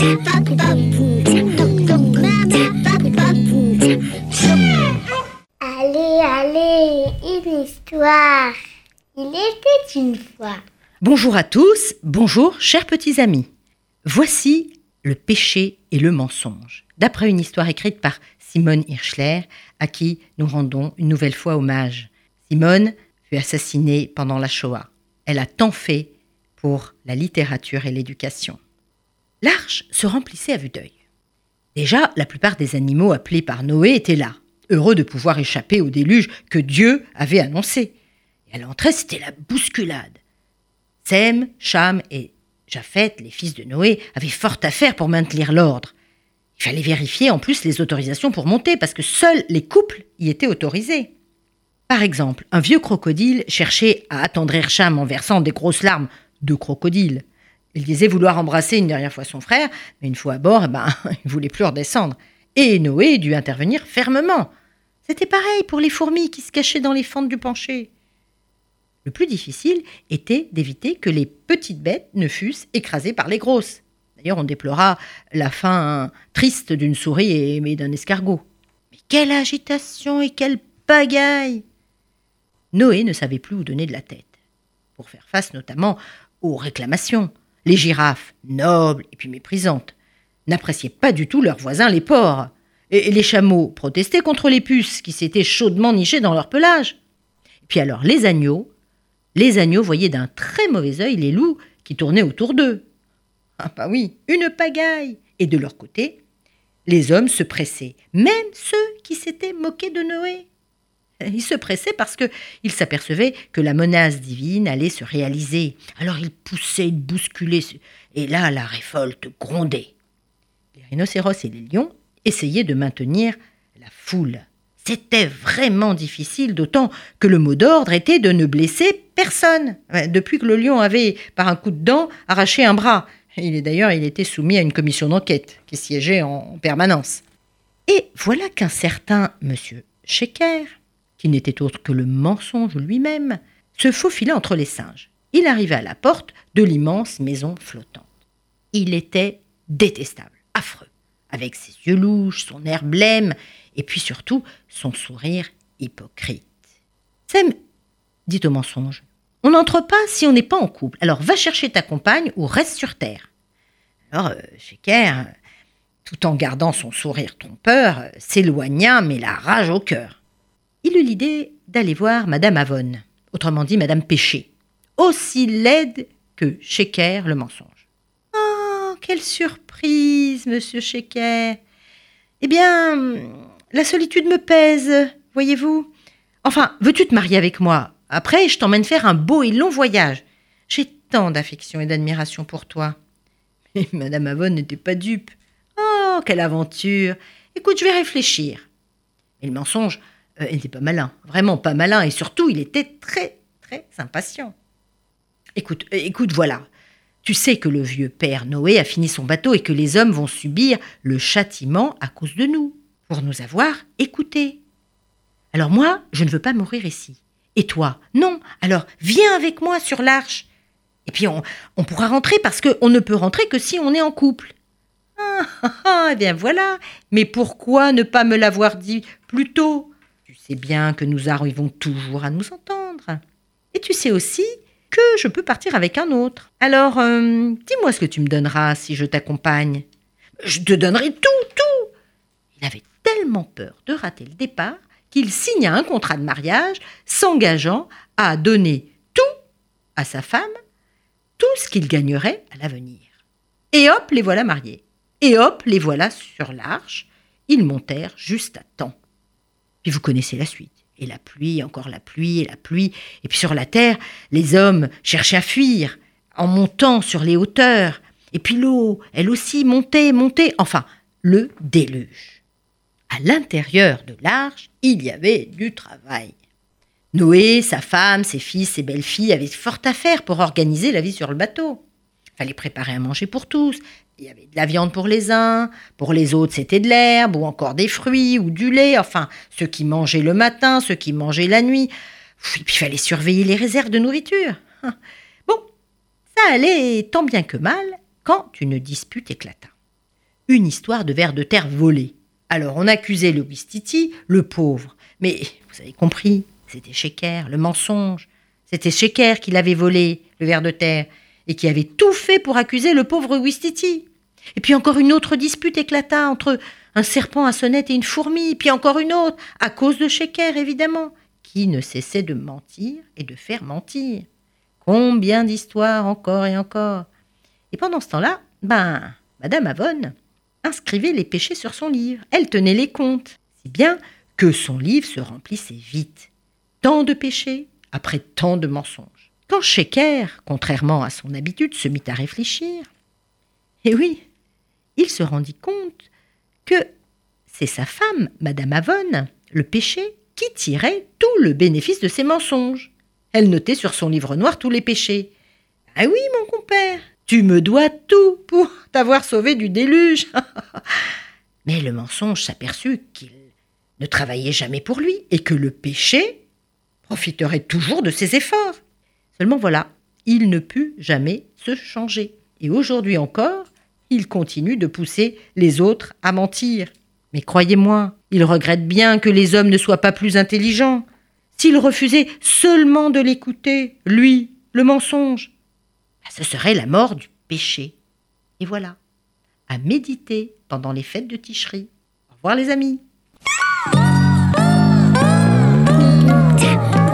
Allez, une histoire. Il était une fois. Bonjour à tous, bonjour chers petits amis. Voici le péché et le mensonge, d'après une histoire écrite par Simone Hirschler, à qui nous rendons une nouvelle fois hommage. Simone fut assassinée pendant la Shoah. Elle a tant fait pour la littérature et l'éducation. L'arche se remplissait à vue d'œil. Déjà, la plupart des animaux appelés par Noé étaient là, heureux de pouvoir échapper au déluge que Dieu avait annoncé. Et à l'entrée, c'était la bousculade. Sem, Cham et Japheth, les fils de Noé, avaient fort à faire pour maintenir l'ordre. Il fallait vérifier en plus les autorisations pour monter, parce que seuls les couples y étaient autorisés. Par exemple, un vieux crocodile cherchait à attendrir Cham en versant des grosses larmes de crocodile. Il disait vouloir embrasser une dernière fois son frère, mais une fois à bord, il ne voulait plus redescendre. Et Noé dut intervenir fermement. C'était pareil pour les fourmis qui se cachaient dans les fentes du plancher. Le plus difficile était d'éviter que les petites bêtes ne fussent écrasées par les grosses. D'ailleurs, on déplora la fin triste d'une souris et d'un escargot. Mais quelle agitation et quelle pagaille! Noé ne savait plus où donner de la tête, pour faire face notamment aux réclamations. Les girafes, nobles et puis méprisantes, n'appréciaient pas du tout leurs voisins les porcs. Et les chameaux protestaient contre les puces qui s'étaient chaudement nichées dans leur pelage. Et puis alors les agneaux voyaient d'un très mauvais œil les loups qui tournaient autour d'eux. Ah bah oui, une pagaille! Et de leur côté, les hommes se pressaient, même ceux qui s'étaient moqués de Noé. Ils se pressaient parce qu'ils s'apercevaient que la menace divine allait se réaliser. Alors ils poussaient, ils bousculaient, et là la révolte grondait. Les rhinocéros et les lions essayaient de maintenir la foule. C'était vraiment difficile, d'autant que le mot d'ordre était de ne blesser personne. Depuis que le lion avait, par un coup de dent, arraché un bras. Il était soumis à une commission d'enquête qui siégeait en permanence. Et voilà qu'un certain monsieur Sheker, qui n'était autre que le mensonge lui-même, se faufila entre les singes. Il arriva à la porte de l'immense maison flottante. Il était détestable, affreux, avec ses yeux louches, son air blême, et puis surtout son sourire hypocrite. « Sem, dit au mensonge, on n'entre pas si on n'est pas en couple, alors va chercher ta compagne ou reste sur terre. » Alors Sheker, tout en gardant son sourire trompeur, s'éloigna, mais la rage au cœur. Il eut l'idée d'aller voir Madame Avone, autrement dit Madame Péché, aussi laide que Sheker le mensonge. « Oh, quelle surprise, monsieur Sheker! Eh bien, la solitude me pèse, voyez-vous. Enfin, veux-tu te marier avec moi? Après, je t'emmène faire un beau et long voyage. J'ai tant d'affection et d'admiration pour toi. » Et Madame Avone n'était pas dupe. « Oh, quelle aventure! Écoute, je vais réfléchir. » Et le mensonge n'était pas malin, vraiment pas malin, et surtout, il était très, très impatient. « Écoute, voilà. Tu sais que le vieux père Noé a fini son bateau et que les hommes vont subir le châtiment à cause de nous, pour nous avoir écoutés. Alors moi, je ne veux pas mourir ici. Et toi, non. Alors viens avec moi sur l'arche. Et puis on pourra rentrer parce qu'on ne peut rentrer que si on est en couple. » Eh bien voilà. Mais pourquoi ne pas me l'avoir dit plus tôt? Tu sais bien que nous arrivons toujours à nous entendre. Et tu sais aussi que je peux partir avec un autre. Alors, dis-moi ce que tu me donneras si je t'accompagne. Je te donnerai tout. Il avait tellement peur de rater le départ qu'il signa un contrat de mariage s'engageant à donner tout à sa femme, tout ce qu'il gagnerait à l'avenir. Et hop, les voilà mariés. Et hop, les voilà sur l'arche. Ils montèrent juste à temps. Puis vous connaissez la suite. Et la pluie, encore la pluie, et la pluie. Et puis sur la terre, les hommes cherchaient à fuir, en montant sur les hauteurs. Et puis l'eau, elle aussi, montait. Enfin, le déluge. À l'intérieur de l'arche, il y avait du travail. Noé, sa femme, ses fils, ses belles-filles avaient fort à faire pour organiser la vie sur le bateau. Il fallait préparer à manger pour tous. Il y avait de la viande pour les uns, pour les autres c'était de l'herbe, ou encore des fruits, ou du lait, enfin, ceux qui mangeaient le matin, ceux qui mangeaient la nuit. Et puis il fallait surveiller les réserves de nourriture. Bon, ça allait tant bien que mal quand une dispute éclata. une histoire de vers de terre volés. Alors on accusait le Ouistiti, le pauvre. Mais vous avez compris, c'était Sheker, le mensonge. C'était Sheker qui l'avait volé, le ver de terre, et qui avait tout fait pour accuser le pauvre Ouistiti. Et puis encore une autre dispute éclata entre un serpent à sonnette et une fourmi, puis encore une autre, à cause de Sheker évidemment, qui ne cessait de mentir et de faire mentir. Combien d'histoires encore et encore. Et pendant ce temps-là, Madame Avon inscrivait les péchés sur son livre. Elle tenait les comptes, si bien que son livre se remplissait vite. Tant de péchés après tant de mensonges. Quand Sheker, contrairement à son habitude, se mit à réfléchir, et oui, il se rendit compte que c'est sa femme, Madame Avon, le péché, qui tirait tout le bénéfice de ses mensonges. Elle notait sur son livre noir tous les péchés. « Ah oui, mon compère, tu me dois tout pour t'avoir sauvé du déluge. » Mais le mensonge s'aperçut qu'il ne travaillait jamais pour lui et que le péché profiterait toujours de ses efforts. Seulement voilà, il ne put jamais se changer. Et aujourd'hui encore, il continue de pousser les autres à mentir. Mais croyez-moi, il regrette bien que les hommes ne soient pas plus intelligents. S'il refusait seulement de l'écouter, lui, le mensonge, ce serait la mort du péché. Et voilà, à méditer pendant les fêtes de Tishri. Au revoir les amis.